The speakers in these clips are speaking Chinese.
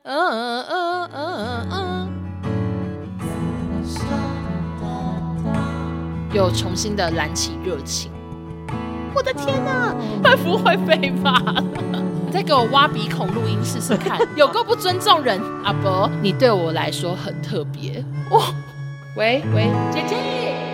又重新的燃起热情。我的天哪，会不会被骂了？你再给我挖鼻孔录音试试看，有够不尊重人。阿伯，你对我来说很特别。喂，姐姐，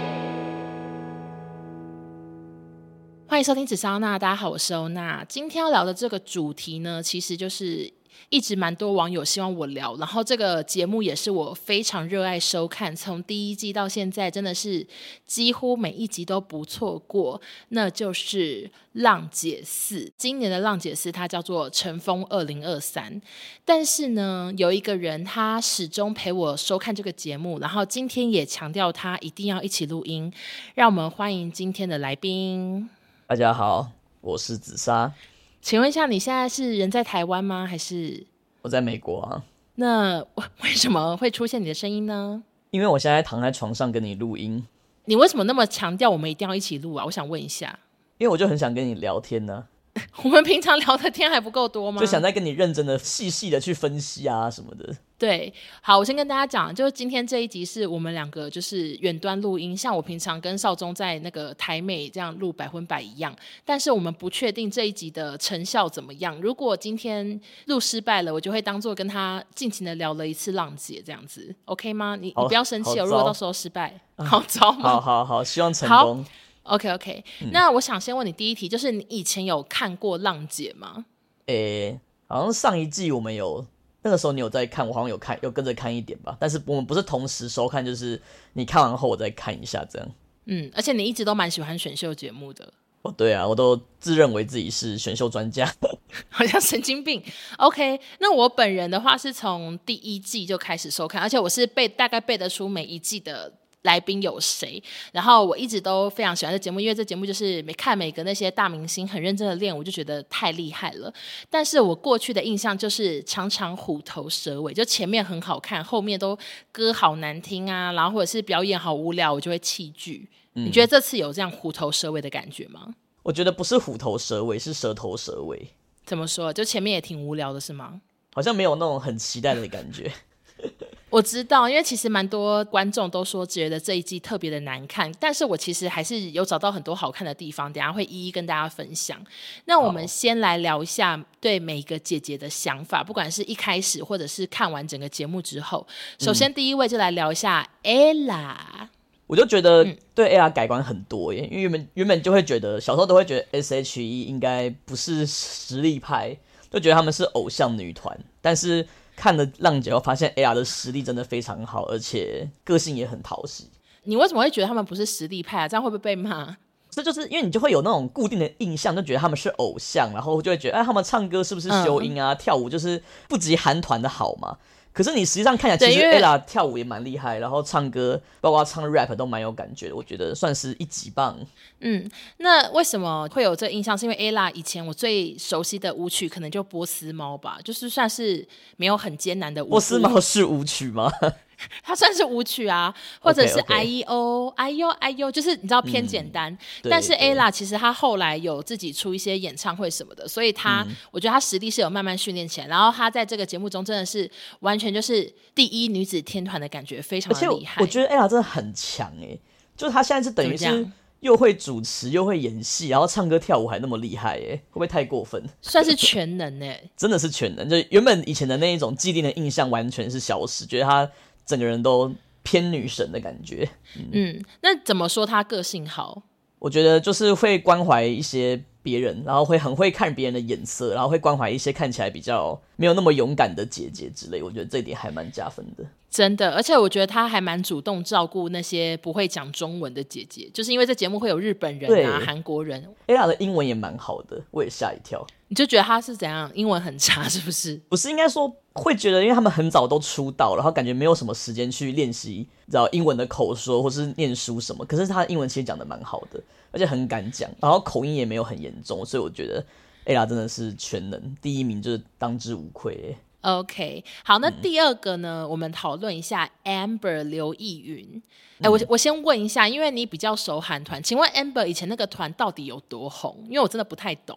欢迎收听紫砂欧娜，大家好，我是欧娜。今天要聊的这个主题呢，其实就是一直蛮多网友希望我聊，然后这个节目也是我非常热爱收看，从第一季到现在真的是几乎每一集都不错过，那就是浪姐4。今年的浪姐4它叫做乘风2023，但是呢有一个人他始终陪我收看这个节目，然后今天也强调他一定要一起录音，让我们欢迎今天的来宾。 大家好，我是紫砂。 请问一下，你现在是人在台湾吗？还是我在美国啊？ 那为什么会出现你的声音呢？ 因为我现在躺在床上跟你录音。 你为什么那么强调我们一定要一起录啊？我想问一下。 因为我就很想跟你聊天呢。 我们平常聊的天还不够多吗？ 就想再跟你认真的细细的去分析啊什么的。 对，好，我先跟大家讲，就是今天这一集是我们两个就是远端录音，像我平常跟少宗在那个台美这样录百分百一样，但是我们不确定这一集的成效怎么样。如果今天录失败了，我就会当做跟他尽情的聊了一次浪姐这样子 ，OK 吗？你不要生气哦，如果到时候失败，好糟吗？ 好，希望成功。 OK，那我想先问你第一题，就是你以前有看过浪姐吗？ 好像上一季我们有，那个时候你有在看，我好像有跟着看一点吧，但是我们不是同时收看，就是你看完后我再看一下这样。 而且你一直都蛮喜欢选秀节目的。 对啊，我都自认为自己是选秀专家。 好像神经病。OK， 那我本人的话是从第一季就开始收看，而且我是大概背得出每一季的来宾有谁，然后我一直都非常喜欢这节目，因为这节目就是看每个那些大明星很认真的练，我就觉得太厉害了。但是我过去的印象就是常常虎头蛇尾，就前面很好看，后面都歌好难听啊，然后或者是表演好无聊，我就会弃剧。你觉得这次有这样虎头蛇尾的感觉吗？ 我觉得不是虎头蛇尾，是蛇头蛇尾。 怎么说？就前面也挺无聊的是吗？ 好像没有那种很期待的感觉。 我知道，因为其实蛮多观众都说觉得这一季特别的难看，但是我其实还是有找到很多好看的地方，等一下会一一跟大家分享。那我们先来聊一下对每一个姐姐的想法，不管是一开始或者是看完整个节目之后。首先第一位就来聊一下 Ella。 我就觉得对 Ella 改观很多耶，因为原本就会觉得，小时候都会觉得 S.H.E 应该不是实力派，就觉得他们是偶像女团，但是看了浪姐后发现 Ella 的实力真的非常好，而且个性也很讨喜。 你为什么会觉得他们不是实力派啊？这样会不会被骂？ 这就是因为你就会有那种固定的印象，就觉得他们是偶像，然后就会觉得他们唱歌是不是修音啊，跳舞就是不及韩团的好嘛。可是你实际上看起来，其实 Ella 跳舞也蛮厉害，然后唱歌包括唱 rap 都蛮有感觉的，我觉得算是一级棒。 那为什么会有这个印象？是因为 Ella 以前我最熟悉的舞曲可能就波斯猫吧，就是算是没有很艰难的舞。 波斯猫是舞曲吗？ 它算是舞曲啊，或者是 IEO IU，就是你知道偏简单。但是 Ella 其实她后来有自己出一些演唱会什么的，所以我觉得她实力是有慢慢训练起来。然后她在这个节目中真的是完全就是第一女子天团的感觉，非常的厉害。 我觉得 Ella 真的很强耶，就是她现在是等于是又会主持又会演戏，然后唱歌跳舞还那么厉害耶，会不会太过分？ 算是全能耶。 真的是全能，就原本以前的那一种既定的印象完全是消失，觉得她整个人都偏女神的感觉。 那怎么说她个性好？ 我觉得就是会关怀一些别人，然后会很会看别人的眼色，然后会关怀一些看起来比较没有那么勇敢的姐姐之类，我觉得这一点还蛮加分的。 真的，而且我觉得她还蛮主动照顾那些不会讲中文的姐姐，就是因为这节目会有日本人啊、韩国人。 Ella 的英文也蛮好的，我也吓一跳。 你就觉得她是怎样？英文很差是不是？ 不是，应该说会觉得，因为他们很早都出道，然后感觉没有什么时间去练习，你知道英文的口说或是念书什么。可是她的英文其实讲的蛮好的，而且很敢讲，然后口音也没有很严重，所以我觉得 Ella 真的是全能，第一名就是当之无愧耶。 OK， 好，那第二个呢，我们讨论一下 Amber 刘逸云。我先问一下，因为你比较熟韩团，请问 Amber 以前那个团到底有多红？因为我真的不太懂。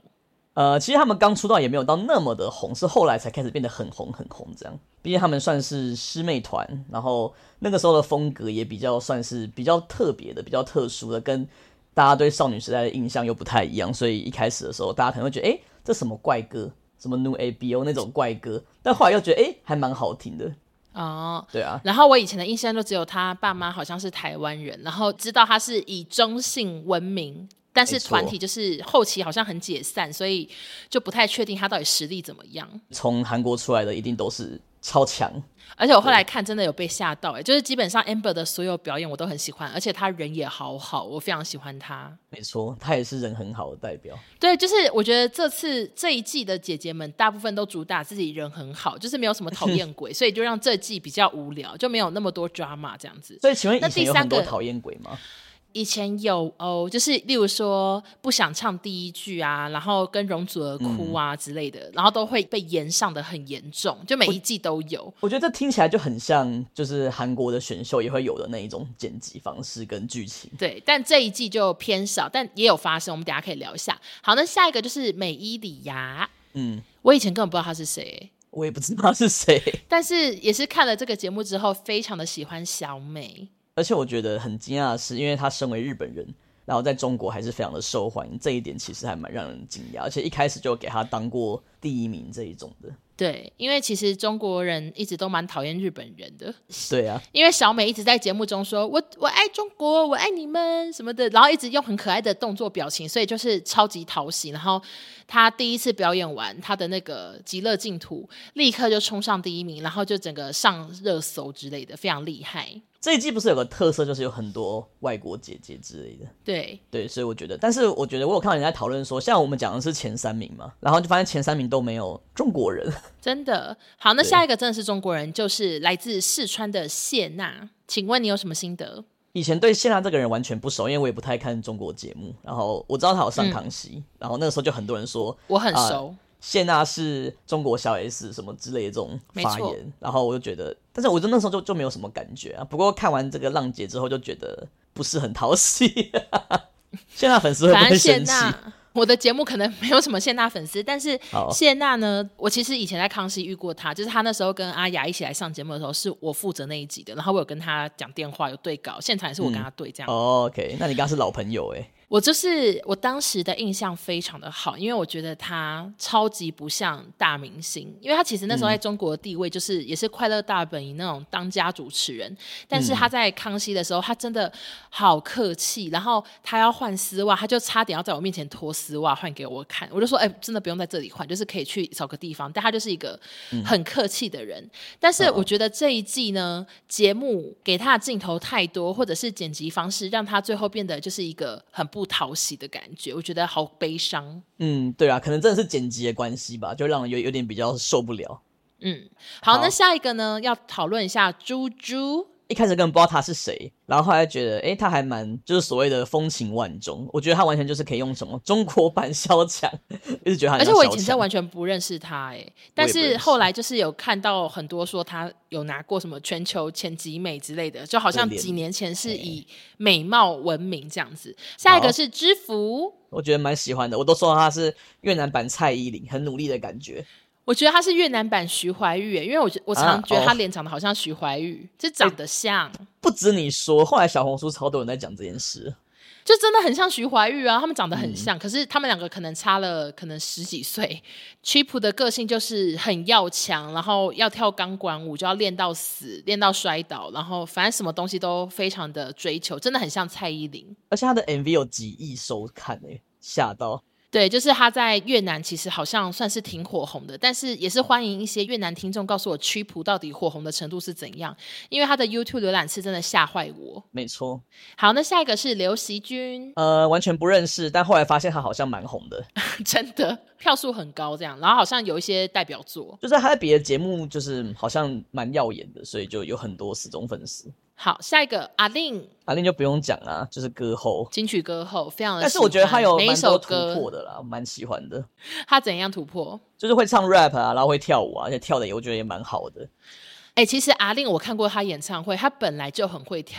其实他们刚出道也没有到那么的红，是后来才开始变得很红很红这样。毕竟他们算是师妹团，然后那个时候的风格也比较算是比较特别的、比较特殊的，跟大家对少女时代的印象又不太一样，所以一开始的时候大家可能会觉得，这什么怪歌，什么 New ABO 那种怪歌，但后来又觉得，还蛮好听的。 哦， 对啊。 然后我以前的印象就只有他爸妈好像是台湾人，然后知道他是以中性闻名，但是团体就是后期好像很解散，所以就不太确定他到底实力怎么样。 从韩国出来的一定都是超强， 而且我后来看真的有被吓到，就是基本上 Amber 的所有表演我都很喜欢，而且他人也好好，我非常喜欢他。 没错，他也是人很好的代表。 对，就是我觉得这一季的姐姐们大部分都主打自己人很好，就是没有什么讨厌鬼所以就让这季比较无聊，就没有那么多 drama 这样子。 所以请问以前有很多讨厌鬼吗？ 以前有就是例如说不想唱第一句啊，然后跟容祖儿哭啊之类的，然后都会被延上的很严重，就每一季都有。 我觉得这听起来就很像就是韩国的选秀也会有的那一种剪辑方式跟剧情。 对，但这一季就偏少，但也有发生，我们等一下可以聊一下。好，那下一个就是美伊里芽。我以前根本不知道他是谁， 我也不知道他是谁， 但是也是看了这个节目之后非常的喜欢小美。 而且我觉得很惊讶的是，因为他身为日本人，然后在中国还是非常的受欢迎，这一点其实还蛮让人惊讶，而且一开始就给他当过第一名这一种的。 对，因为其实中国人一直都蛮讨厌日本人的。 对啊， 因为小美一直在节目中说我爱中国，我爱你们什么的，然后一直用很可爱的动作表情，所以就是超级讨喜。然后她第一次表演完她的那个极乐净土，立刻就冲上第一名，然后就整个上热搜之类的，非常厉害。 这一季不是有个特色，就是有很多外国姐姐之类的。对，所以我觉得，但是我觉得我有看到人家讨论说，像我们讲的是前3名嘛，然后就发现前3名都没有中国人。 真的。好，那下一个真的是中国人，就是来自四川的谢娜。请问你有什么心得？ 以前对谢娜这个人完全不熟，因为我也不太看中国节目，然后我知道她有上康熙，然后那个时候就很多人说我很熟。 谢娜是中国小 S 什么之类的这种发言，然后我就觉得，但是我就那时候就没有什么感觉啊。不过看完这个浪姐之后，就觉得不是很讨喜。谢娜粉丝会不会生气？ 我的节目可能没有什么谢娜粉丝，但是谢娜呢，我其实以前在康熙遇过她，就是她那时候跟阿雅一起来上节目的时候，是我负责那一集的，然后我有跟她讲电话，有对稿，现场也是我跟她对这样。 OK， 那你刚刚是老朋友欸。 我当时的印象非常的好，因为我觉得他超级不像大明星，因为他其实那时候在中国的地位就是也是快乐大本营那种当家主持人，但是他在康熙的时候他真的好客气，然后他要换丝袜，他就差点要在我面前脱丝袜换给我看，我就说真的不用在这里换，就是可以去找个地方，但他就是一个很客气的人。但是我觉得这一季呢，节目给他的镜头太多，或者是剪辑方式让他最后变得就是一个很不讨喜的感觉，我觉得好悲伤。 对啊，可能真的是剪辑的关系吧，就让人有点比较受不了。 好，那下一个呢，要讨论一下猪猪。 一开始根本不知道他是谁，然后后来觉得他还蛮就是所谓的风情万种，我觉得他完全就是可以用什么中国版萧蔷，一直觉得他很像萧蔷。 而且我以前真的完全不认识他但是后来就是有看到很多说他有拿过什么全球前几美之类的，就好像几年前是以美貌闻名这样子。下一个是知福， 我觉得蛮喜欢的，我都说他是越南版蔡依林，很努力的感觉。 我觉得他是越南版徐怀钰因为我常觉得他脸长得好像徐怀钰就长得像。 不止你说，后来小红书超多人在讲这件事， 就真的很像徐怀钰啊，他们长得很像，可是他们两个可能差了可能10几岁。Chip 的个性就是很要强，然后要跳钢管舞就要练到死，练到摔倒，然后反正什么东西都非常的追求，真的很像蔡依林。 而且他的 MV 有几亿收看吓到。 对，就是他在越南其实好像算是挺火红的，但是也是欢迎一些越南听众告诉我曲谱到底火红的程度是怎样，因为他的 YouTube 浏览次真的吓坏我。 没错。 好，那下一个是刘惜君。 完全不认识，但后来发现他好像蛮红的。 真的票数很高这样，然后好像有一些代表作， 就是他在别的节目就是好像蛮耀眼的，所以就有很多死忠粉丝。 好，下一个阿令就不用讲啦，就是歌后， 金曲歌后，非常的喜欢。 但是我觉得他有蛮多突歌破的啦，蛮喜欢的。 他怎样突破？ 就是会唱 rap 啊，然后会跳舞啊，而且跳的我觉得也蛮好的。 其实阿令我看过他演唱会，他本来就很会跳，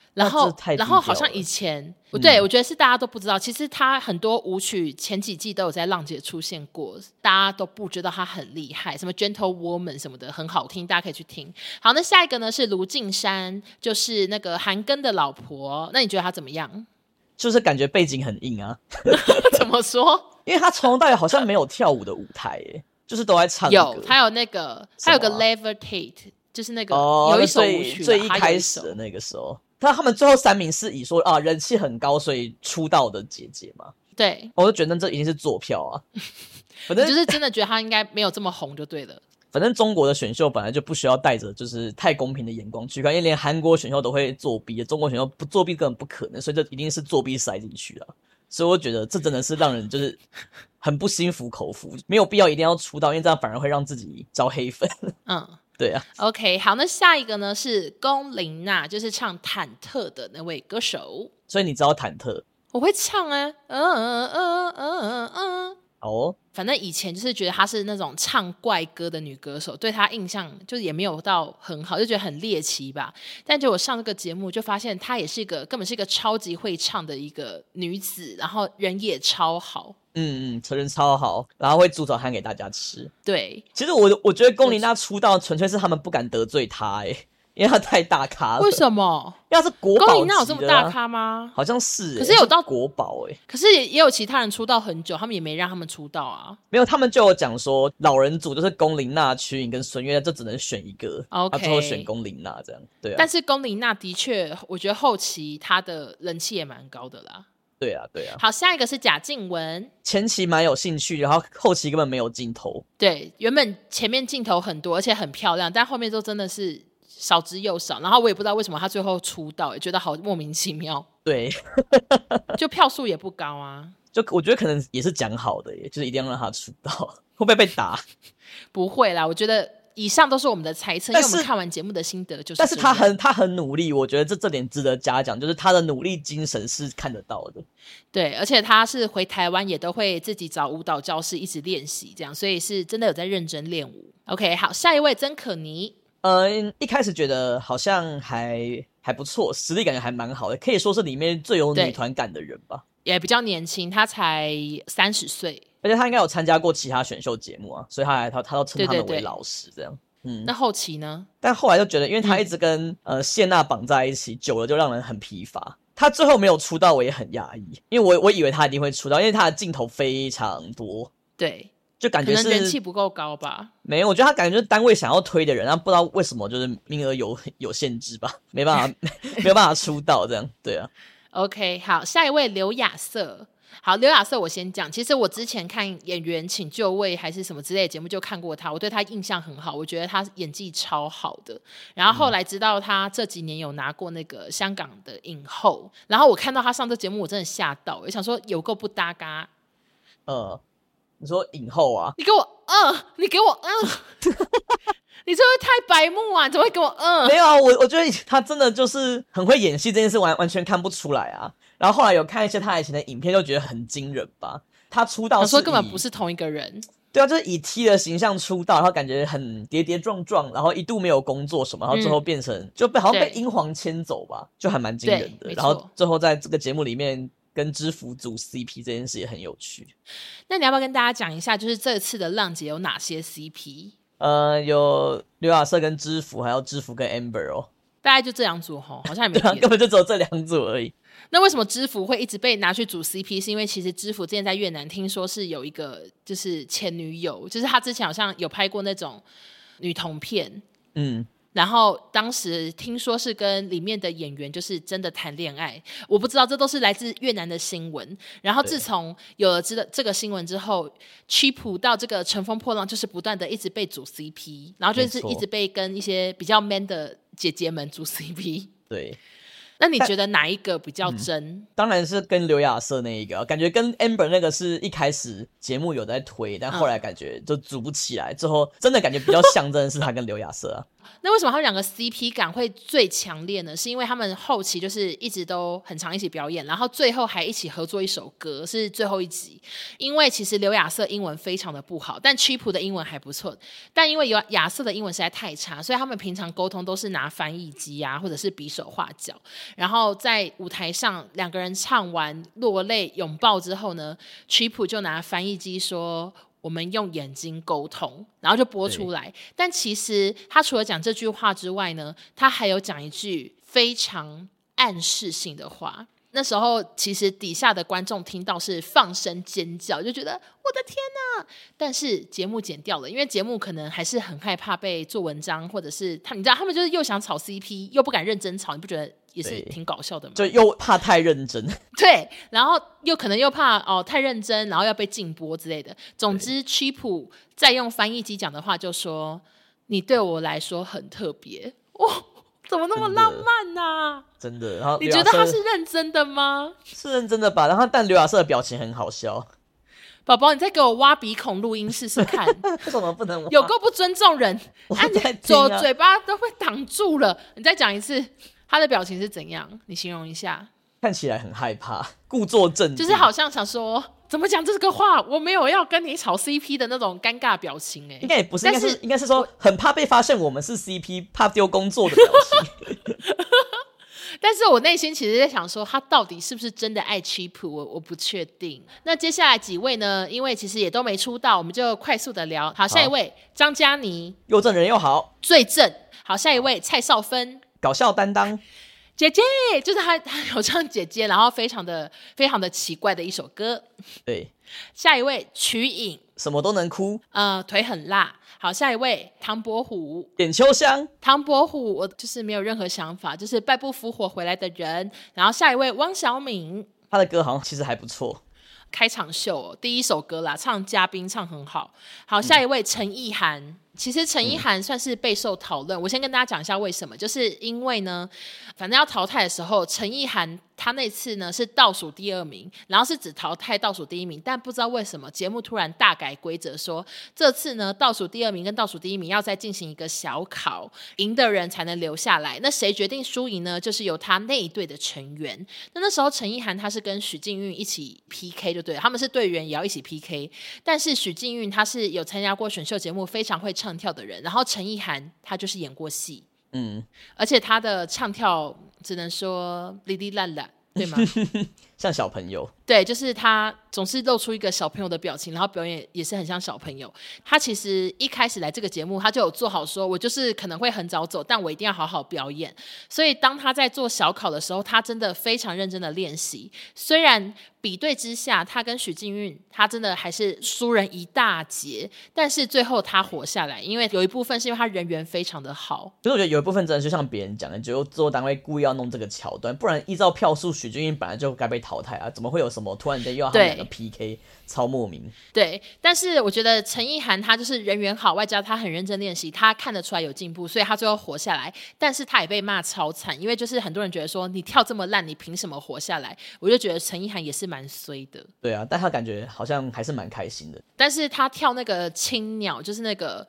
然后太低调了， 然后好像以前对，我觉得是大家都不知道，其实他很多舞曲前几季都有在浪姐出现过，大家都不知道他很厉害，什么 Gentle Woman 什么的很好听，大家可以去听。好，那下一个呢是卢靖姗，就是那个韩庚的老婆，那你觉得她怎么样？ 就是感觉背景很硬啊。 怎么说？ 因为他从头到尾好像没有跳舞的舞台耶，就是都在唱歌。 有，他有那个，他有个 Levitate， 就是那个、有一首舞曲最一开始的那个时候，他们最后3名是以说啊人气很高所以出道的姐姐嘛。 对， 我就觉得这已经是做票啊。反正就是真的觉得他应该没有这么红就对了。 反正中国的选秀本来就不需要带着就是太公平的眼光去看，因为连韩国选秀都会作弊，中国选秀不作弊根本不可能，所以这一定是作弊塞进去了。所以我觉得这真的是让人就是很不心服口服，没有必要一定要出道，因为这样反而会让自己招黑粉。对啊。 OK， 好，那下一个呢是龚琳娜，就是唱《忐忑》的那位歌手。 所以你知道忐忑？ 我会唱啊， 好哦。 反正以前就是觉得她是那种唱怪歌的女歌手，对她印象就是也没有到很好，就觉得很猎奇吧。但结果上这个节目就发现她也是根本是一个超级会唱的一个女子，然后人也超好。 人超好，然后会煮早餐给大家吃。 对， 其实我觉得龚琳娜出道纯粹是他们不敢得罪她因为她太大咖了。 为什么？ 因为她是国宝级的。 龚琳娜有这么大咖吗？ 好像是可是有到国宝可是也有其他人出道很久，他们也没让他们出道啊。 没有，他们就有讲说老人组就是龚琳娜、瞿颖跟孙悦，这只能选一个。 OK， 最后选龚琳娜这样。对啊。 但是龚琳娜的确，我觉得后期她的人气也蛮高的啦。 对啊。 好，下一个是贾静雯， 前期蛮有兴趣，然后后期根本没有镜头。 对，原本前面镜头很多，而且很漂亮，但后面都真的是少之又少。然后我也不知道为什么她最后出道，也觉得好莫名其妙。 对， 就票数也不高啊。 就我觉得可能也是讲好的就是一定要让她出道，会不会被打？ 不会啦，我觉得以上都是我们的猜测，因为我们看完节目的心得就是。 但是他很努力，我觉得这点值得嘉奖，就是他的努力精神是看得到的。 对，而且他是回台湾也都会自己找舞蹈教室一直练习，这样，所以是真的有在认真练舞。OK， 好，下一位曾可妮。 一开始觉得好像还不错，实力感觉还蛮好的，可以说是里面最有女团感的人吧。 也比较年轻，他才30岁， 而且他应该有参加过其他选秀节目啊，所以他都称他们为老师这样。 那后期呢？ 但后来就觉得，因为他一直跟谢娜绑在一起，久了就让人很疲乏。他最后没有出道，我也很讶异，因为我以为他一定会出道，因为他的镜头非常多。 对， 就感觉是可能人气不够高吧。 没有，我觉得他感觉就是单位想要推的人，他不知道为什么就是名额有限制吧，没有办法出道这样。对啊。 OK， 好，下一位刘亚瑟。好，刘亚瑟我先讲，其实我之前看演员请就位还是什么之类的节目就看过他，我对他印象很好，我觉得他演技超好的。然后后来知道他这几年有拿过那个香港的影后，然后我看到他上这节目我真的吓到，我想说有够不搭嘎。 你说影后啊？ 你给我你给我你这会太白目啊！你怎么会给我没有啊，我觉得他真的就是很会演戏，这件事完全看不出来啊。然后后来有看一些他以前的影片，就觉得很惊人吧。他出道是说根本不是同一个人。 对啊，就是以 T 的形象出道，然后感觉很跌跌撞撞，然后一度没有工作什么，然后最后变成就好像被英皇牵走吧，就还蛮惊人的。然后最后在这个节目里面跟知府组 CP 这件事也很有趣。 那你要不要跟大家讲一下，就是这次的浪姐有哪些 CP？ 有刘亚瑟跟知府，还有知府跟 Amber 哦， 大概就这两组吼，好像也没对啊，根本就只有这2组而已。 那为什么知府会一直被拿去组 CP？ 是因为其实知府之前在越南听说是有一个就是前女友，就是他之前好像有拍过那种女同片，然后当时听说是跟里面的演员就是真的谈恋爱，我不知道，这都是来自越南的新闻。然后自从有了这个新闻之后，曲普到这个乘风破浪，就是不断的一直被组 CP， 然后就是一直被跟一些比较 man 的姐姐们组 CP。 对。 那你觉得哪一个比较真？ 当然是跟刘亚瑟那一个，感觉跟 Amber 那个是一开始节目有在推，但后来感觉就组不起来，之后真的感觉比较像真的是他跟刘亚瑟啊。 那为什么他们两个 CP 感会最强烈呢？是因为他们后期就是一直都很常一起表演，然后最后还一起合作一首歌，是最后一集。因为其实刘亚瑟英文非常的不好，但曲普的英文还不错，但因为亚瑟的英文实在太差，所以他们平常沟通都是拿翻译机啊，或者是比手画脚。 然后在舞台上两个人唱完落泪拥抱之后呢 Chip 就拿翻译机说我们用眼睛沟通，然后就播出来。但其实他除了讲这句话之外呢，他还有讲一句非常暗示性的话。那时候其实底下的观众听到是放声尖叫，就觉得我的天哪！但是节目剪掉了，因为节目可能还是很害怕被做文章，或者是你知道他们就是又想炒 CP 又不敢认真炒，你不觉得也是挺搞笑的吗？ 就又怕太认真， 对，然后又可能又怕太认真，然后要被禁播之类的。总之 Chip 再用翻译机讲的话就说你对我来说很特别。怎么那么浪漫啊？ 真的，然后你觉得他是认真的吗？ 是认真的吧，然后但刘亚瑟的表情很好笑。 宝宝，你再给我挖鼻孔录音试试看。 为什么不能挖？ 有够不尊重人！嘴巴都被挡住了。你再讲一次，他的表情是怎样？你形容一下。 看起来很害怕，故作镇定， 就是好像想说怎么讲这个话，我没有要跟你炒 CP 的那种尴尬表情。 应该也不是，应该是说很怕被发现我们是 CP， 怕丢工作的表情。 但是我内心其实在想说，他到底是不是真的爱 Chip， 我不确定。那接下来几位呢？因为其实也都没出道，我们就快速的聊。好，下一位张嘉倪， 又正人又好， 最正。好，下一位蔡少芬， 搞笑担当。 姐姐就是他有唱姐姐，然后非常的奇怪的一首歌。 对， 下一位瞿颖， 什么都能哭， 腿很辣。好，下一位唐伯虎， 点秋香。 唐伯虎我就是没有任何想法，就是败不复活回来的人。然后下一位汪小敏， 他的歌好像其实还不错。 开场秀第一首歌啦，唱嘉宾唱很好。好，下一位陈意涵。其实陈意涵算是备受讨论，我先跟大家讲一下为什么，就是因为呢，反正要淘汰的时候，陈意涵他那次呢是倒数第2名，然后是只淘汰倒数第1名，但不知道为什么节目突然大改规则，说这次呢倒数第2名跟倒数第1名要再进行一个小考，赢的人才能留下来。那谁决定输赢呢？就是由他那一队的成员。那时候陈意涵他是跟许靖韵一起 PK 就对了，他们是队员也要一起 PK， 但是许靖韵他是有参加过选秀节目，非常会唱跳的人，然后陈意涵他就是演过戏，而且他的唱跳只能说哩哩啦啦，对吗？ 像小朋友， 对，就是他总是露出一个小朋友的表情，然后表演也是很像小朋友。他其实一开始来这个节目，他就有做好说，我就是可能会很早走，但我一定要好好表演。所以当他在做小考的时候，他真的非常认真的练习。虽然比对之下，他跟许靖韵，他真的还是输人一大截，但是最后他活下来，因为有一部分是因为他人缘非常的好。 可是我觉得有一部分真的就像别人讲的，就制作单位故意要弄这个桥段，不然依照票数，许靖韵本来就该被淘汰啊，怎么会有什么突然间又要他们两个 PK， 超莫名。 对，但是我觉得陈意涵他就是人缘好，外加他很认真练习，他看得出来有进步，所以他最后活下来。但是他也被骂超惨，因为就是很多人觉得说你跳这么烂，你凭什么活下来？我就觉得陈意涵也是蛮衰的。 对啊，但他感觉好像还是蛮开心的。 但是他跳那个青鸟，就是那个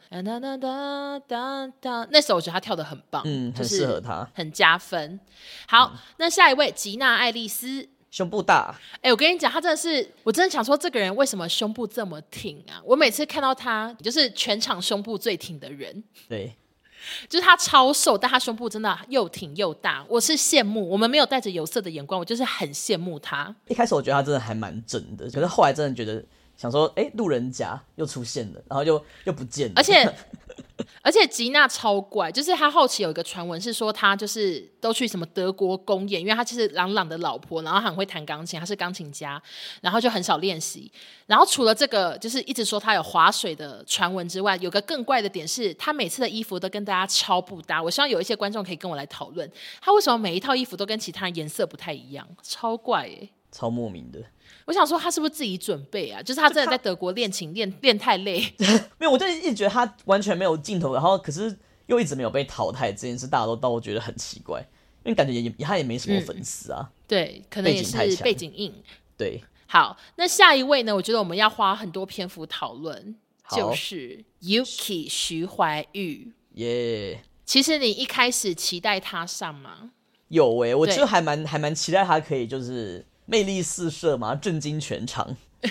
那首我觉得他跳得很棒， 很适合他， 很加分。好，那下一位吉娜爱丽丝， 胸部大。 我跟你讲，他真的是，我真的想说这个人为什么胸部这么挺啊？我每次看到他，就是全场胸部最挺的人。 对， 就是他超瘦，但他胸部真的又挺又大，我是羡慕。我们没有带着有色的眼光，我就是很羡慕他。 一开始我觉得他真的还蛮正的，可是后来真的觉得想说，路人甲又出现了，然后又不见了， 而且吉娜超怪，就是他后期有一个传闻是说他就是都去什么德国公演，因为他其实朗朗的老婆，然后很会弹钢琴，他是钢琴家，然后就很少练习。然后除了这个就是一直说他有划水的传闻之外，有个更怪的点是他每次的衣服都跟大家超不搭。我希望有一些观众可以跟我来讨论，他为什么每一套衣服都跟其他人颜色不太一样，超怪超莫名的。 我想说他是不是自己准备啊？就是他真的在德国练琴练太累。 没有，我就一直觉得他完全没有镜头，然后可是又一直没有被淘汰，这件事大家都觉得很奇怪，因为感觉他也没什么粉丝啊。 对，可能也是背景硬。 对， 好，那下一位呢？我觉得我们要花很多篇幅讨论，就是 Yuki 徐怀钰。 耶！ 其实你一开始期待他上吗？ 有我就还蛮期待他可以就是魅力四射嘛，震惊全场。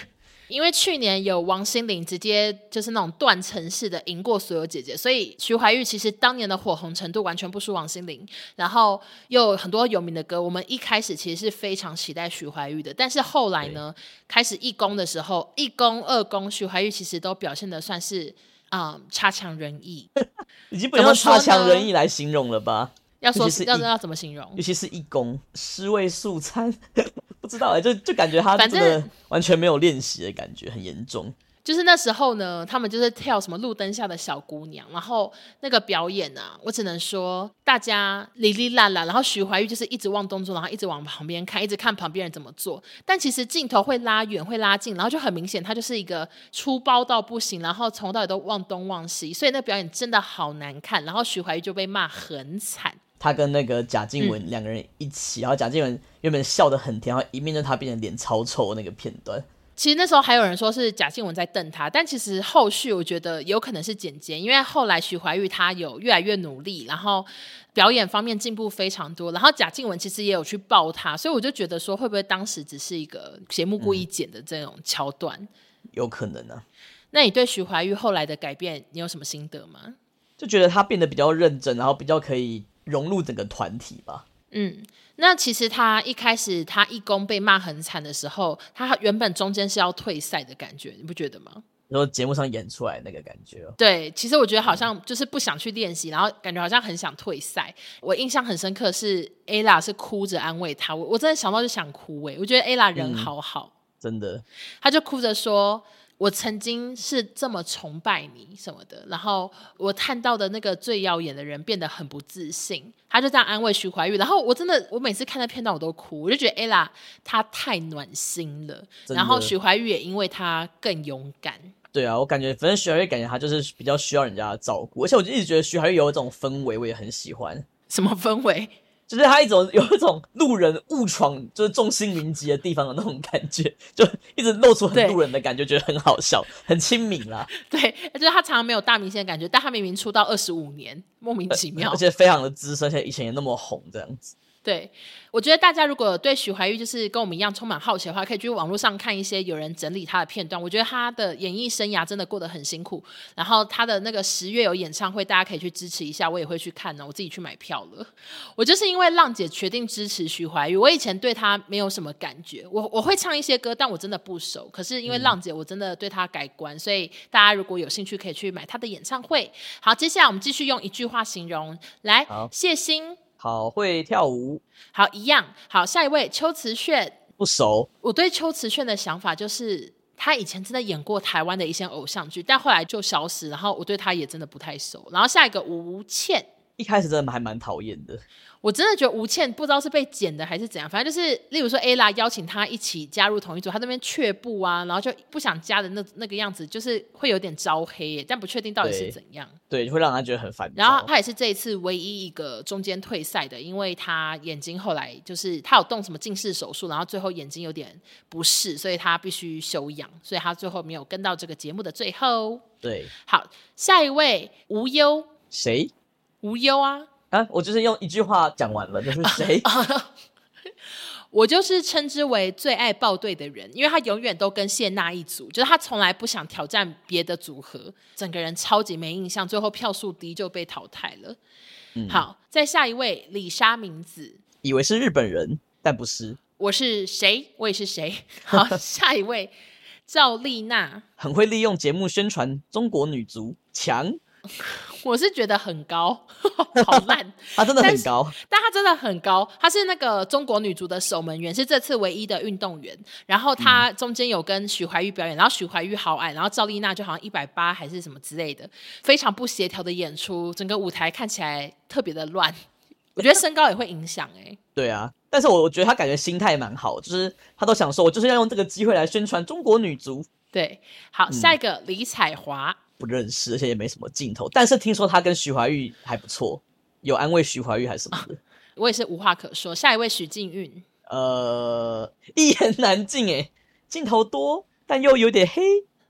因为去年有王心凌直接就是那种断层式的赢过所有姐姐，所以徐怀钰其实当年的火红程度完全不输王心凌，然后又有很多有名的歌。我们一开始其实是非常期待徐怀钰的，但是后来呢，开始一公的时候，一公二公徐怀钰其实都表现的算是差强人意， 已经不能用差强人意来形容了吧？ 要说要怎么形容？ 尤其是一公尸位素餐。不知道就感觉他真的完全没有练习的感觉，很严重。 就是那时候呢，他们就是跳什么路灯下的小姑娘，然后那个表演啊，我只能说大家哩哩啦啦，然后徐怀钰就是一直忘动作，然后一直往旁边看，一直看旁边人怎么做，但其实镜头会拉远会拉近，然后就很明显他就是一个粗暴到不行，然后从头到尾都忘东忘西，所以那表演真的好难看，然后徐怀钰就被骂很惨。 他跟那个贾静雯两个人一起，然后贾静雯原本笑得很甜，然后一面就他变成脸超臭的那个片段。 其实那时候还有人说是贾静雯在瞪他，但其实后续我觉得有可能是剪接，因为后来徐怀钰他有越来越努力，然后表演方面进步非常多，然后贾静雯其实也有去抱他，所以我就觉得说会不会当时只是一个节目故意剪的这种桥段， 有可能啊。 那你对徐怀钰后来的改变你有什么心得吗？ 就觉得他变得比较认真，然后比较可以融入整个团体吧。 那其实他一开始他一公被骂很惨的时候，他原本中间是要退赛的感觉，你不觉得吗？ 然后节目上演出来那个感觉。 对，其实我觉得好像就是不想去练习，然后感觉好像很想退赛。我印象很深刻是 Ella 是哭着安慰他，我真的想到就想哭我觉得 Ella 人好好， 真的， 他就哭着说我曾经是这么崇拜你什么的，然后我看到的那个最耀眼的人变得很不自信，他就这样安慰徐怀钰，然后我每次看那片段我都哭，我就觉得 Ella 她太暖心了，然后徐怀钰也因为她更勇敢。 对啊，我感觉反正徐怀钰感觉他就是比较需要人家的照顾，而且我就一直觉得徐怀钰有一种氛围我也很喜欢。 什么氛围？ 就是他有一种路人误闯就是众星云集的地方的那种感觉，就一直露出很路人的感觉，觉得很好笑，很亲民啦。 对，就是他常常没有大明星的感觉，但他明明出道25年，莫名其妙， 而且非常的资深，而且以前也那么红这样子。 对，我觉得大家如果对徐怀钰就是跟我们一样充满好奇的话，可以去网络上看一些有人整理他的片段。我觉得他的演艺生涯真的过得很辛苦，然后他的那个10月有演唱会，大家可以去支持一下，我也会去看呢，我自己去买票了。我就是因为浪姐决定支持徐怀钰，我以前对他没有什么感觉，我会唱一些歌，但我真的不熟。可是因为浪姐，我真的对他改观，所以大家如果有兴趣，可以去买他的演唱会。好，接下来我们继续用一句话形容，来，谢欣。 好会跳舞。 好，一样。好，下一位邱慈炫。 不熟。我对邱慈炫的想法就是他以前真的演过台湾的一些偶像剧，但后来就消失，然后我对他也真的不太熟。然后下一个吴倩， 一开始真的还蛮讨厌的。 我真的觉得吴倩不知道是被剪的还是怎样，反正就是例如说 Ella 邀请他一起加入同一组，他那边却步啊，然后就不想加的那个样子，就是会有点招黑耶，但不确定到底是怎样。 对，会让他觉得很烦躁。 然后他也是这一次唯一一个中间退赛的，因为他眼睛后来就是他有动什么近视手术，然后最后眼睛有点不适，所以他必须休养，所以他最后没有跟到这个节目的最后。 对， 好，下一位无忧。 谁？ 无忧啊。 我就是用一句话讲完了，就是谁？ 我就是称之为最爱报队的人，因为他永远都跟谢娜一组，就是他从来不想挑战别的组合，整个人超级没印象，最后票数低就被淘汰了。好，再下一位李莎明子， 以为是日本人，但不是。 我是谁？我也是谁？好，下一位赵丽娜， 很会利用节目宣传中国女足，强。 我是觉得很高，好烂。 他真的很高， 但他真的很高。他是那个中国女足的守门员，是这次唯一的运动员。然后他中间有跟徐怀钰表演，然后徐怀钰好矮，然后赵丽娜就好像180还是什么之类的，非常不协调的演出，整个舞台看起来特别的乱。我觉得身高也会影响对啊，但是我觉得他感觉心态蛮好，就是他都想说，我就是要用这个机会来宣传中国女足。 对，好，下一个李彩华。 不认识，而且也没什么镜头，但是听说他跟徐怀钰还不错，有安慰徐怀钰还是什么的。 我也是无话可说。下一位许靖韵， 一言难尽镜头多但又有点黑，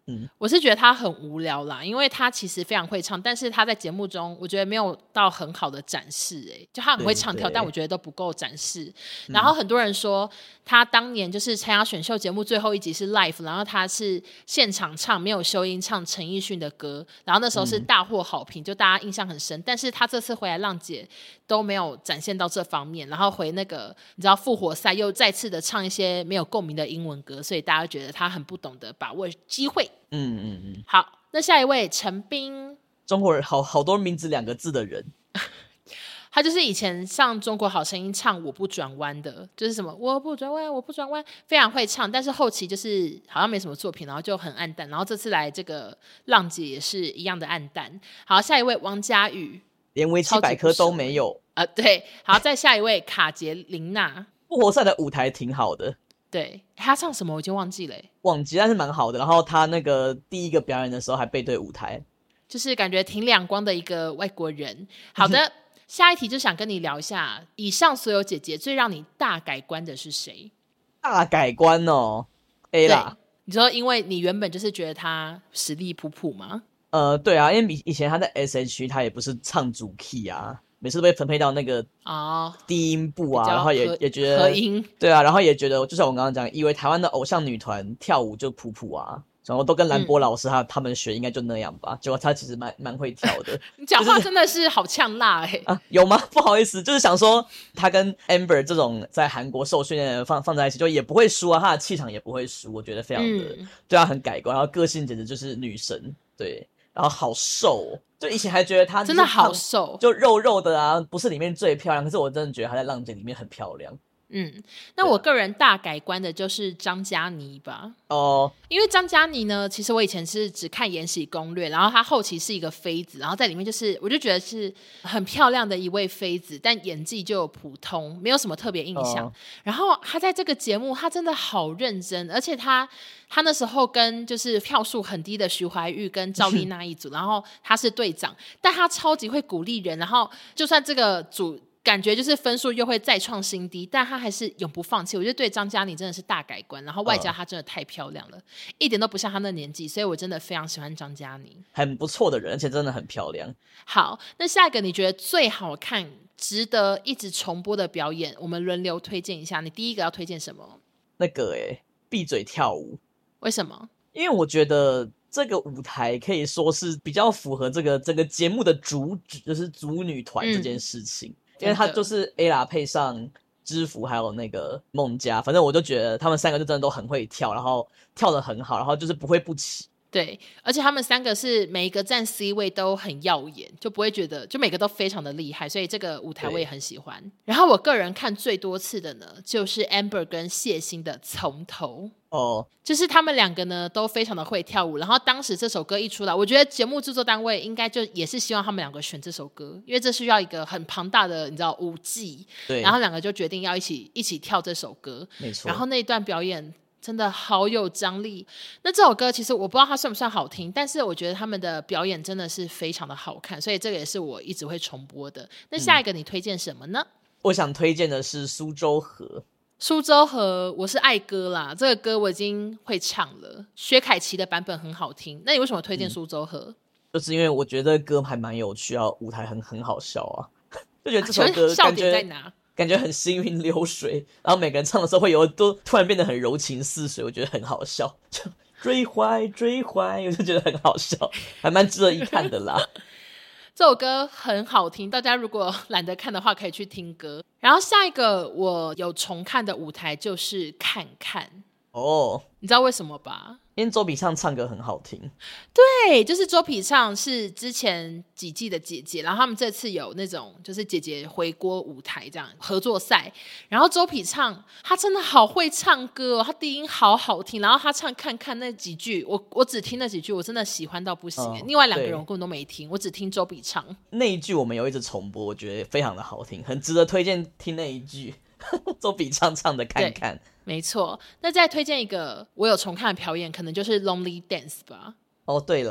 我是觉得他很无聊啦，因为他其实非常会唱，但是他在节目中我觉得没有到很好的展示，就他很会唱跳，但我觉得都不够展示。然后很多人说他当年就是参加选秀节目最后一集是 live， 然后他是现场唱没有修音唱陈奕迅的歌，然后那时候是大获好评，就大家印象很深。但是他这次回来浪姐都没有展现到这方面，然后回那个你知道复活赛又再次的唱一些没有共鸣的英文歌，所以大家觉得他很不懂得把握机会。好，那下一位陈彬， 中国人好多名字2个字的人， 他就是以前上中国好声音唱我不转弯的，就是什么我不转弯我不转弯，非常会唱，但是后期就是好像没什么作品，然后就很暗淡，然后这次来这个浪姐也是一样的暗淡。好，下一位王嘉宇， 连维基百科都没有对，好，再下一位卡捷琳娜， 复活赛的舞台挺好的， 对，他唱什么我已经忘记了， 忘记，但是蛮好的。然后他那个第一个表演的时候还背对舞台， 就是感觉挺两光的一个外国人。好的，下一题就想跟你聊一下，以上所有姐姐最让你大改观的是谁？ 大改观哦 ，A 啦。 你说因为你原本就是觉得她实力普普吗？ 对啊，因为以前他在 SH 他也不是唱主 key 啊，每次都被分配到那个低音部啊，然后也觉得合音， 对啊，然后也觉得就像我刚刚讲，以为台湾的偶像女团跳舞就普普啊，然后都跟兰波老师他们学应该就那样吧，结果他其实蛮会跳的。 你讲话真的是好呛辣有吗？不好意思，就是想说他跟 Amber 这种在韩国受训练的人放在一起，就也不会输啊，他的气场也不会输，我觉得非常的对他很改观，然后个性简直就是女神，对。然后好瘦就以前还觉得她真的好瘦， 就肉肉的啊，不是里面最漂亮，可是我真的觉得她在浪姐里面很漂亮。 那我个人大改观的就是张嘉倪吧。因为张嘉倪呢，其实我以前是只看《延禧攻略》，然后她后期是一个妃子，然后在里面就是我就觉得是很漂亮的一位妃子，但演技就普通，没有什么特别印象。然后她在这个节目，她真的好认真，而且她那时候跟就是票数很低的徐怀钰跟赵丽娜一组，然后她是队长，但她超级会鼓励人，然后就算这个组感觉就是分数又会再创新低，但他还是永不放弃。我觉得对张嘉倪真的是大改观，然后外加她真的太漂亮了，一点都不像她那年纪，所以我真的非常喜欢张嘉倪， 很不错的人，而且真的很漂亮。 好，那下一个你觉得最好看值得一直重播的表演，我们轮流推荐一下。你第一个要推荐什么？ 那个闭嘴跳舞。 为什么？ 因为我觉得这个舞台可以说是比较符合这个整个节目的主旨，就是组女团这件事情。因为他就是 Ella 配上知福还有那个孟佳，反正我就觉得他们3个就真的都很会跳，然后跳得很好，然后就是不会不起。 对，而且他们3个是每一个站 C 位都很耀眼，就不会觉得就每个都非常的厉害，所以这个舞台我也很喜欢。然后我个人看最多次的呢，就是 Amber 跟谢欣的从头。就是他们2个呢都非常的会跳舞，然后当时这首歌一出来，我觉得节目制作单位应该就也是希望他们2个选这首歌，因为这需要一个很庞大的你知道舞技，对，然后2个就决定要一起跳这首歌，没错。然后那一段表演真的好有张力。那这首歌其实我不知道它算不算好听，但是我觉得他们的表演真的是非常的好看，所以这个也是我一直会重播的。那下一个你推荐什么呢？ 我想推荐的是苏州河。 苏州河我是爱歌啦，这个歌我已经会唱了，薛凯琪的版本很好听。那你为什么推荐苏州河？ 就是因为我觉得歌还蛮有趣，舞台很好笑啊，就觉得这首歌笑点在哪？ 感觉很行云流水，然后每个人唱的时候都突然变得很柔情似水，我觉得很好笑。就追怀追怀，我就觉得很好笑，还蛮值得一看的啦。 这首歌很好听，大家如果懒得看的话可以去听歌。然后下一个我有重看的舞台就是看看。你知道为什么吧？ 因为周笔畅唱歌很好听。 对，就是周笔畅是之前几季的姐姐，然后他们这次有那种就是姐姐回锅舞台这样合作赛，然后周笔畅她真的好会唱歌她低音好好听，然后她唱看看那几句，我只听那几句，我真的喜欢到不行另外2个人我根本都没听，我只听周笔畅那一句，我们有一直重播，我觉得非常的好听，很值得推荐听那一句。周笔畅唱的看看， 没错。那再推荐一个我有重看的表演，可能就是 Lonely Dance 吧。 对啦，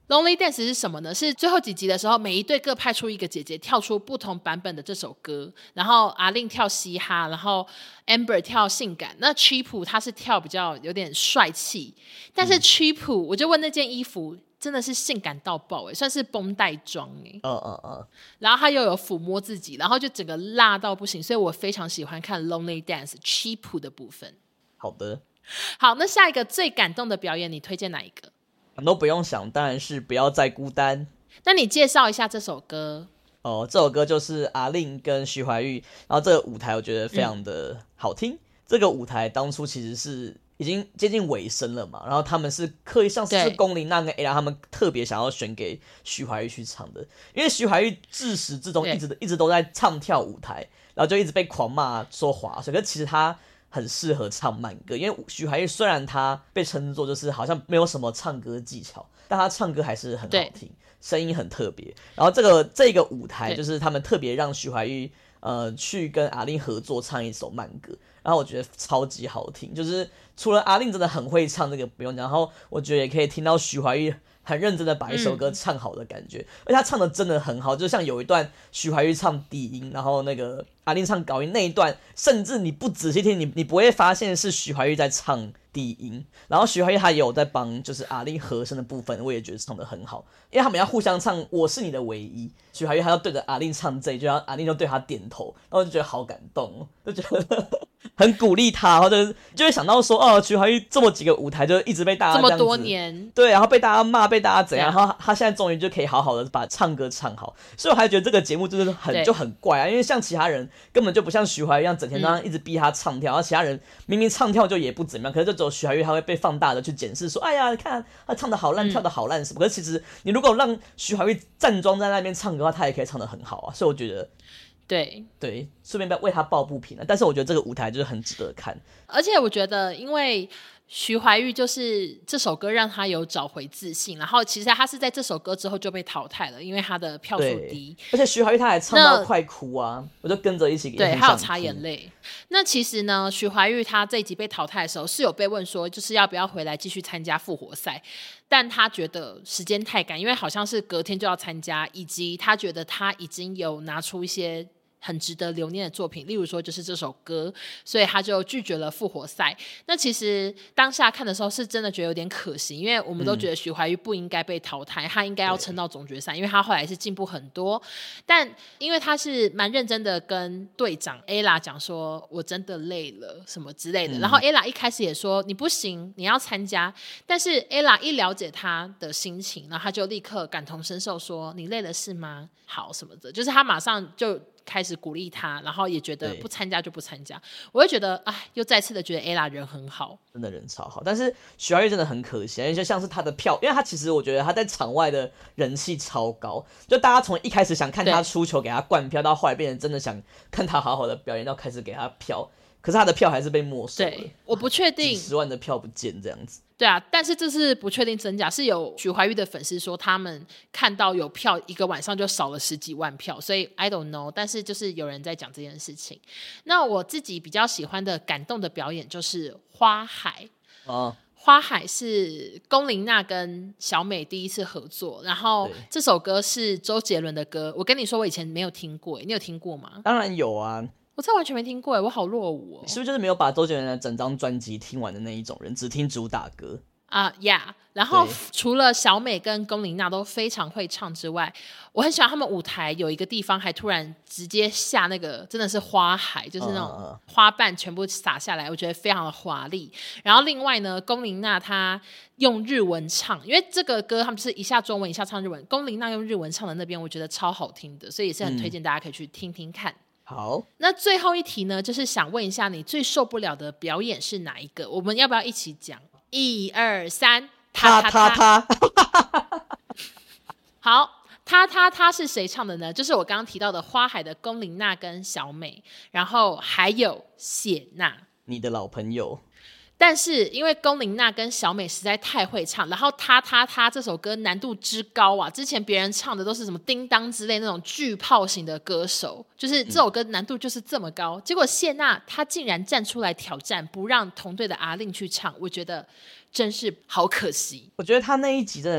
Lonely Dance 是什么呢？是最后几集的时候，每一队各派出一个姐姐，跳出不同版本的这首歌，然后阿令跳嘻哈，然后 Amber 跳性感，那 Cheap 他是跳比较有点帅气，但是 Cheap 我就问那件衣服真的是性感到爆欸，算是绷带装欸。然后他又有抚摸自己，然后就整个辣到不行，所以我非常喜欢看 Lonely Dance Cheap 的部分。 好的， 好，那下一个最感动的表演你推荐哪一个？ 都不用想，当然是不要再孤单。 那你介绍一下这首歌。 这首歌就是阿令跟徐怀钰，然后这个舞台我觉得非常的好听。这个舞台当初其实是已经接近尾声了嘛，然后他们是刻意像是龚琳娜跟 Ella 他们特别想要选给徐怀钰去唱的，因为徐怀钰自始至终一直都在唱跳舞台，然后就一直被狂骂说划水，可是其实他很适合唱慢歌，因为徐怀钰虽然他被称作就是好像没有什么唱歌技巧，但他唱歌还是很好听，声音很特别。然后这个舞台就是他们特别让徐怀钰去跟阿令合作唱一首慢歌，然后我觉得超级好听，就是除了阿令真的很会唱，这个不用讲，然后我觉得也可以听到徐怀钰很认真的把一首歌唱好的感觉，而且他唱的真的很好，就像有一段徐怀钰唱低音，然后那个阿令唱高音那一段，甚至你不仔细听，你不会发现是徐怀钰在唱低音，然后徐怀钰他也有在帮就是阿令和声的部分，我也觉得唱得很好，因为他们要互相唱我是你的唯一，徐怀钰他要对着阿令唱这一句，然后阿令就对他点头，然后就觉得好感动，就觉得很鼓励他，然后就会想到说徐怀钰这么几个舞台就一直被大家这样子这么多年， 对，然后被大家骂，被大家怎样，然后他现在终于就可以好好的把唱歌唱好，所以我还觉得这个节目就是很怪啊，因为像其他人根本就不像徐怀钰一样整天这样一直逼他唱跳，然后其他人明明唱跳就也不怎么样，可是就只有徐怀钰他会被放大的去检视说，哎呀，你看他唱的好烂，跳的好烂什么，可是其实你如果让徐怀钰站桩在那边唱歌的话，他也可以唱得很好啊，所以我觉得对，顺便为他抱不平啊。但是我觉得这个舞台就是很值得看， 而且我觉得因为徐怀钰就是这首歌让他有找回自信，然后其实他是在这首歌之后就被淘汰了，因为他的票数低， 而且徐怀钰他还唱到快哭啊，我就跟着一起给对，还有擦眼泪。那其实呢，徐怀钰他这一集被淘汰的时候是有被问说就是要不要回来继续参加复活赛，但他觉得时间太赶，因为好像是隔天就要参加，以及他觉得他已经有拿出一些很值得留念的作品，例如说就是这首歌，所以他就拒绝了复活赛。那其实当下看的时候是真的觉得有点可惜，因为我们都觉得徐怀钰不应该被淘汰，他应该要撑到总决赛，因为他后来是进步很多。但因为他是蛮认真的跟队长 Ella 讲说我真的累了什么之类的，然后 Ella 一开始也说你不行你要参加，但是 Ella 一了解他的心情，然后他就立刻感同身受说你累了是吗？好什么的，就是他马上就开始鼓励他，然后也觉得不参加就不参加。我会觉得又再次的觉得 Ella 人很好， 真的人超好，但是徐怀钰真的很可惜，因为就像是他的票，因为他其实我觉得他在场外的人气超高，就大家从一开始想看他出球给他灌票，到后来变成真的想看他好好的表演，到开始给他票，可是他的票还是被没收了。 对，我不确定几10万的票不见这样子。 对啊，但是这是不确定真假，是有徐怀钰的粉丝说他们看到有票一个晚上就少了10几万票，所以 I don't know， 但是就是有人在讲这件事情。那我自己比较喜欢的感动的表演就是花海花海是龚琳娜跟小美第一次合作，然后这首歌是周杰伦的歌，我跟你说我以前没有听过，你有听过吗？ 当然有啊， 我真的完全没听过，我好落伍哦。 你是不是就是没有把周杰伦的整张专辑听完的那一种人，只听主打歌呀，然后除了小美跟龚琳娜都非常会唱之外，我很喜欢他们舞台有一个地方还突然直接下那个真的是花海，就是那种花瓣全部洒下来，我觉得非常的华丽。然后另外呢，龚琳娜她用日文唱，因为这个歌他们就是一下中文一下唱日文，龚琳娜用日文唱的那边我觉得超好听的，所以也是很推荐大家可以去听听看。 好， 那最后一题呢，就是想问一下你最受不了的表演是哪一个？我们要不要一起讲？1、2、3， 他好，他是谁唱的呢？就是我刚刚提到的花海的龚琳娜跟小美，然后还有谢娜， 你的老朋友。 但是因为龚琳娜跟小美实在太会唱，然后他这首歌难度之高啊，之前别人唱的都是什么叮当之类那种巨炮型的歌手，就是这首歌难度就是这么高，结果谢娜她竟然站出来挑战，不让同队的阿令去唱，我觉得真是好可惜。 我觉得他那一集真的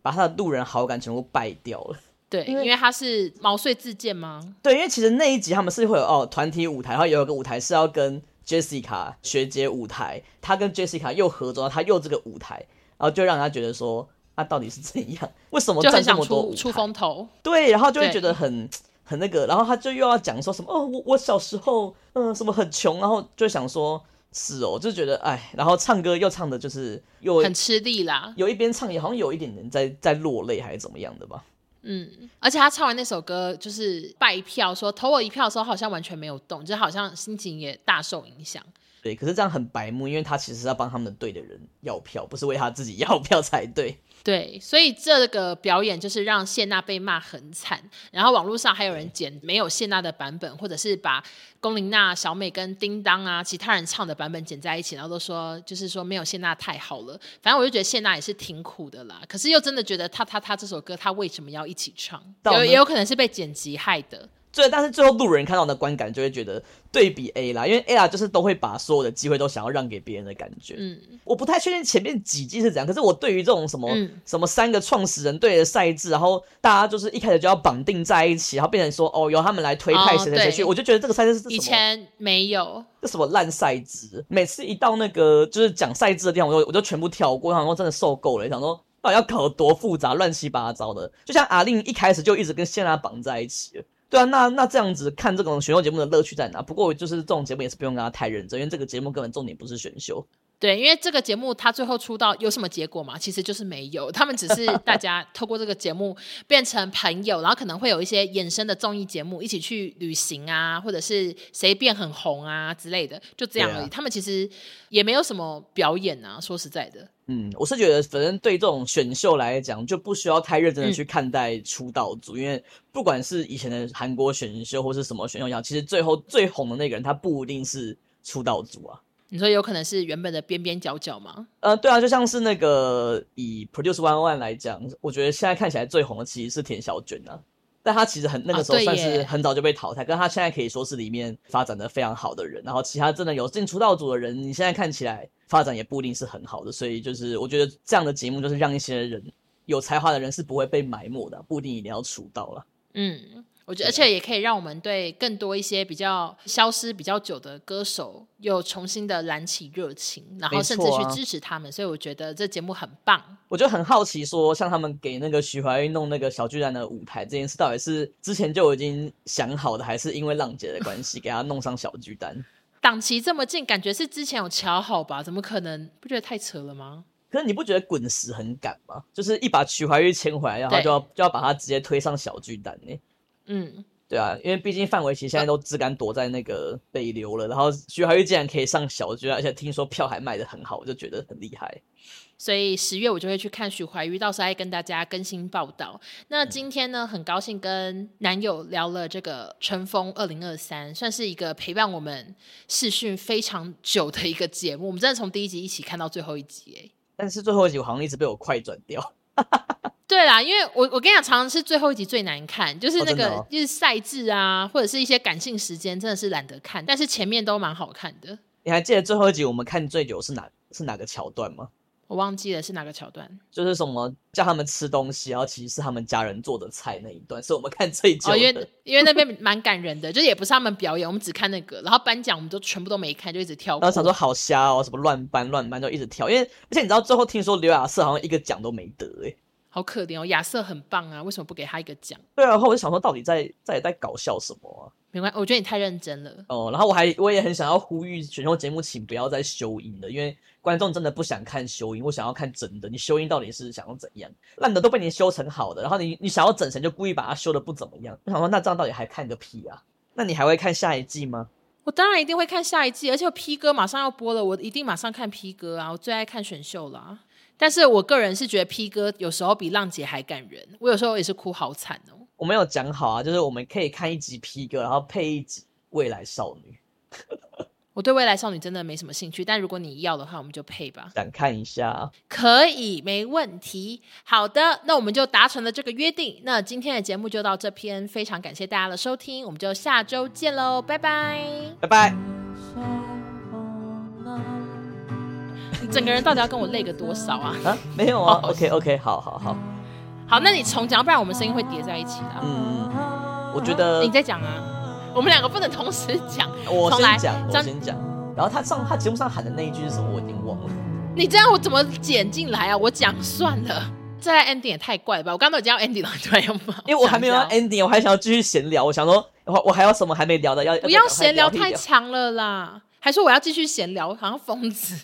把他的路人好感全部败掉了。 对，因为他是毛遂自荐吗？ 对，因为其实那一集他们是会有团体舞台，然后有一个舞台是要跟 Jessica 学姐舞台，他跟 Jessica 又合作，他又这个舞台，然后就让他觉得说到底是怎样？为什么占这么多舞台？ 出风头。 对，然后就会觉得很那个，然后他就又要讲说什么我小时候什么很穷，然后就想说是就觉得然后唱歌又唱的就是又很吃力啦， 有一边唱也好像有一点人在落泪还是怎么样的吧。 而且他唱完那首歌就是拜票，说投我一票的时候好像完全没有动，就好像心情也大受影响。 对，可是这样很白目，因为他其实是要帮他们队的人要票，不是为他自己要票才对。 对，所以这个表演就是让谢娜被骂很惨，然后网络上还有人剪没有谢娜的版本，或者是把龚琳娜、小美跟叮当啊其他人唱的版本剪在一起，然后都说就是说没有谢娜太好了。反正我就觉得谢娜也是挺苦的啦，可是又真的觉得他这首歌他为什么要一起唱，也有可能是被剪辑害的。 对，但是最后路人看到的观感就会觉得对比 A 啦，因为 A 啦就是都会把所有的机会都想要让给别人的感觉。我不太确定前面几季是怎样，可是我对于这种什么3个创始人队的赛制，然后大家就是一开始就要绑定在一起，然后变成说由他们来推派谁谁谁去，我就觉得这个赛制是什么？ 以前没有， 这什么烂赛制？每次一到那个就是讲赛制的地方，我就全部跳过，想说真的受够了，想说到底要搞得多复杂，乱七八糟的。就像阿令一开始就一直跟谢娜绑在一起了。对啊，那这样子看这种选秀节目的乐趣在哪？不过就是这种节目也是不用跟他太认真，因为这个节目根本重点不是选秀。 对，因为这个节目他最后出道有什么结果嘛？其实就是没有，他们只是大家透过这个节目变成朋友，然后可能会有一些衍生的综艺节目一起去旅行啊，或者是谁变很红啊之类的，就这样而已。他们其实也没有什么表演啊，说实在的。 我是觉得反正对这种选秀来讲就不需要太认真的去看待出道组，因为不管是以前的韩国选秀或是什么选秀一样，其实最后最红的那个人他不一定是出道组啊。 你说有可能是原本的边边角角吗？ 对啊，就像是那个以 Produce 101来讲，我觉得现在看起来最红的其实是田小娟啊，但他其实那个时候算是很早就被淘汰，跟他现在可以说是里面发展的非常好的人，然后其他真的有进出道组的人，你现在看起来发展也不一定是很好的，所以就是我觉得这样的节目就是让一些人有才华的人是不会被埋没的，不一定一定要出道啦。 我觉得而且也可以让我们对更多一些比较消失比较久的歌手又重新的燃起热情，然后甚至去支持他们，所以我觉得这节目很棒。 我就很好奇说像他们给那个许怀玉弄那个小巨蛋的舞台这件事到底是之前就已经想好的，还是因为浪姐的关系给他弄上小巨蛋？ 档期这么近，感觉是之前有瞧好吧？怎么可能？不觉得太扯了吗？ 可是你不觉得滚石很赶吗？就是一把许怀玉签回来，然后就要把他直接推上小巨蛋呢？对啊，因为毕竟范玮琪现在都只敢躲在那个北流了，然后许怀玉竟然可以上小巨蛋，而且听说票还卖得很好，我就觉得很厉害。 所以10月我就会去看许怀玉，到时候再跟大家更新报道。那今天呢，很高兴跟男友聊了这个乘风2023，算是一个陪伴我们视讯非常久的一个节目。我们真的从第一集一起看到最后一集耶。 但是最后一集我好像一直被我快转掉。 对啦，因为我跟你讲，常常是最后一集最难看，就是那个就是赛制啊，或者是一些感性时间，真的是懒得看。但是前面都蛮好看的。 你还记得最后一集我们看最久是哪个桥段吗？ 我忘记了是哪个桥段， 就是什么叫他们吃东西，然后其实是他们家人做的菜那一段，是我们看最久的。 因为那边蛮感人的，就是也不是他们表演，我们只看那个，然后颁奖我们都全部都没看，就一直跳过。 然后想说好瞎哦，什么乱颁就一直跳，因为而且你知道最后听说刘亚瑟好像一个奖都没得好可怜哦，亚瑟很棒啊，为什么不给他一个奖？ 对啊，然后我就想说到底在搞笑什么啊？ 没关系，我觉得你太认真了。 然后我也很想要呼吁选秀节目请不要再修音了，因为观众真的不想看修音，我想要看真的。你修音到底是想要怎样？烂的都被你修成好的，然后你想要整成就故意把它修的不怎么样。我想说那这样到底还看个屁啊？那你还会看下一季吗？ 我当然一定会看下一季，而且P哥马上要播了，我一定马上看P哥啊！我最爱看选秀啦。但是我个人是觉得 P 哥有时候比浪姐还感人，我有时候也是哭好惨哦。 我们有讲好啊，就是我们可以看一集 P 哥，然后配一集未来少女。 我对未来少女真的没什么兴趣，但如果你要的话我们就配吧。 想看一下。 可以，没问题。好的，那我们就达成了这个约定，那今天的节目就到这边，非常感谢大家的收听，我们就下周见咯，拜拜拜拜。 你整个人到底要跟我累个多少啊？ 没有啊。OK， 好。 好，那你重讲，不然我们声音会叠在一起的。 我觉得你在讲啊，我们两个不能同时讲。 我先讲。然后他节目上喊的那一句是什么？我已经忘了。 你这样我怎么剪进来啊？我讲算了。再来 ending 也太怪了吧！我刚刚都已经要 ending 了，突然又因为我还没有要 ending， 我还想要继续闲聊。我想说，我还有什么还没聊的？ 不要闲聊太长了啦。还说我要继续闲聊，好像疯子。